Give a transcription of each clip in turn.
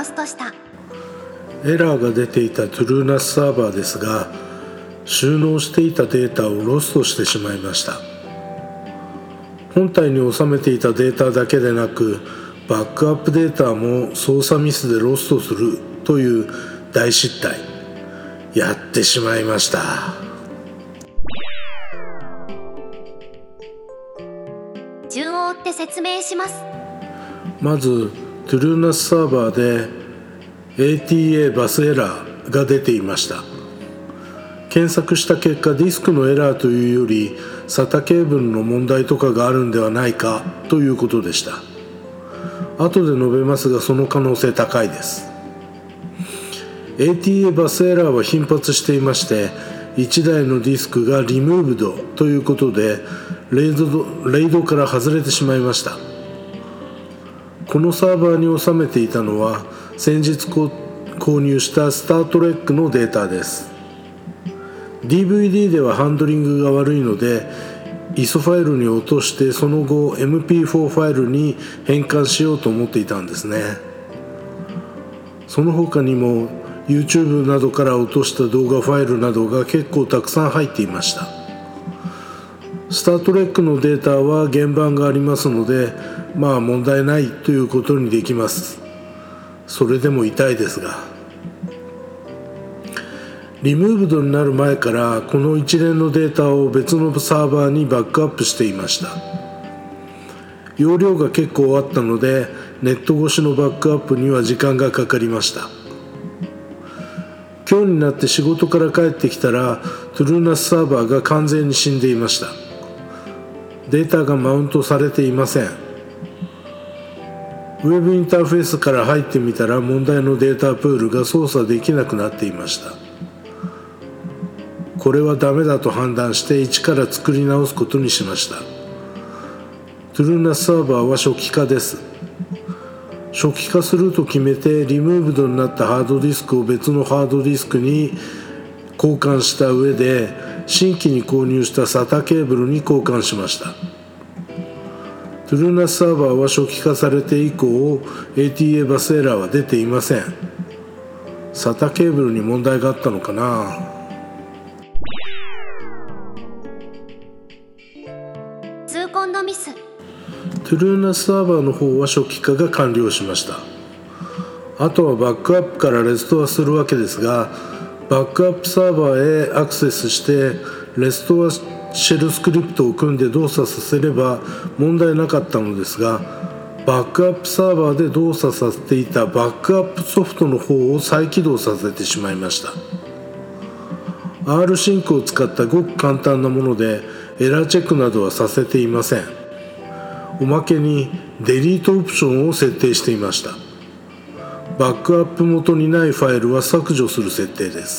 ロストした。 エラーが出ていたトゥルーナスサーバーですが、収納していたデータをロストしてしまいました。本体に収めていたデータだけでなく、バックアップデータも操作ミスでロストするという大失態、やってしまいました。 順を追って説明します。 まずトゥルーナスサーバーで ATA バスエラーが出ていました。検索した結果、ディスクのエラーというより SATA ケーブルの問題とかがあるんではないかということでした。後で述べますが、その可能性高いです。 ATA バスエラーは頻発していまして、1台のディスクがリムーブドということでレイドから外れてしまいました。このサーバーに収めていたのは先日購入したスタートレックのデータです。 DVD ではハンドリングが悪いので ISO ファイルに落として、その後 MP4 ファイルに変換しようと思っていたんですね。その他にも YouTube などから落とした動画ファイルなどが結構たくさん入っていました。スタートレックのデータは原版がありますので、問題ないということにできます。それでも痛いですが、リムーブドになる前からこの一連のデータを別のサーバーにバックアップしていました。容量が結構あったのでネット越しのバックアップには時間がかかりました。今日になって仕事から帰ってきたらトゥルーナスサーバーが完全に死んでいました。データがマウントされていません。ウェブインターフェースから入ってみたら問題のデータプールが操作できなくなっていました。これはダメだと判断して一から作り直すことにしました。トゥルーナスサーバーは初期化です。初期化すると決めてリムーブドになったハードディスクを別のハードディスクに交換した上で、新規に購入した SATA ケーブルに交換しました。トゥルーナスサーバーは初期化されて以降 ATA バスエラーは出ていません。 SATA ケーブルに問題があったのかな。 痛恨のミス。 トゥルーナスサーバーの方は初期化が完了しました。あとはバックアップからレストアするわけですが、バックアップサーバーへアクセスしてレストアシェルスクリプトを組んで動作させれば問題なかったのですが、バックアップサーバーで動作させていたバックアップソフトの方を再起動させてしまいました。 R シンクを使ったごく簡単なものでエラーチェックなどはさせていません。おまけにデリートオプションを設定していました。バックアップ元にないファイルは削除する設定です。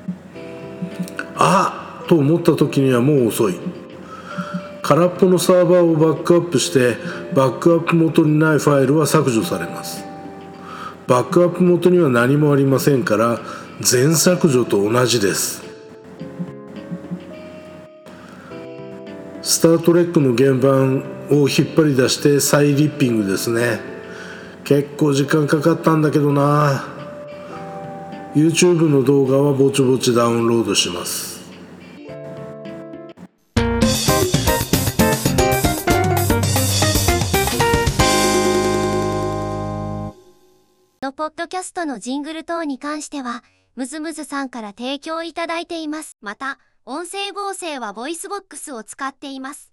と思った時にはもう遅い。空っぽのサーバーをバックアップしてバックアップ元にないファイルは削除されます。バックアップ元には何もありませんから全削除と同じです。スタートレックの原版を引っ張り出して再リッピングですね。結構時間かかったんだけどな。 YouTube の動画はぼちぼちダウンロードします。 ポッドキャストのジングル等に関してはムズムズさんから提供いただいています。また音声合成はボイスボックスを使っています。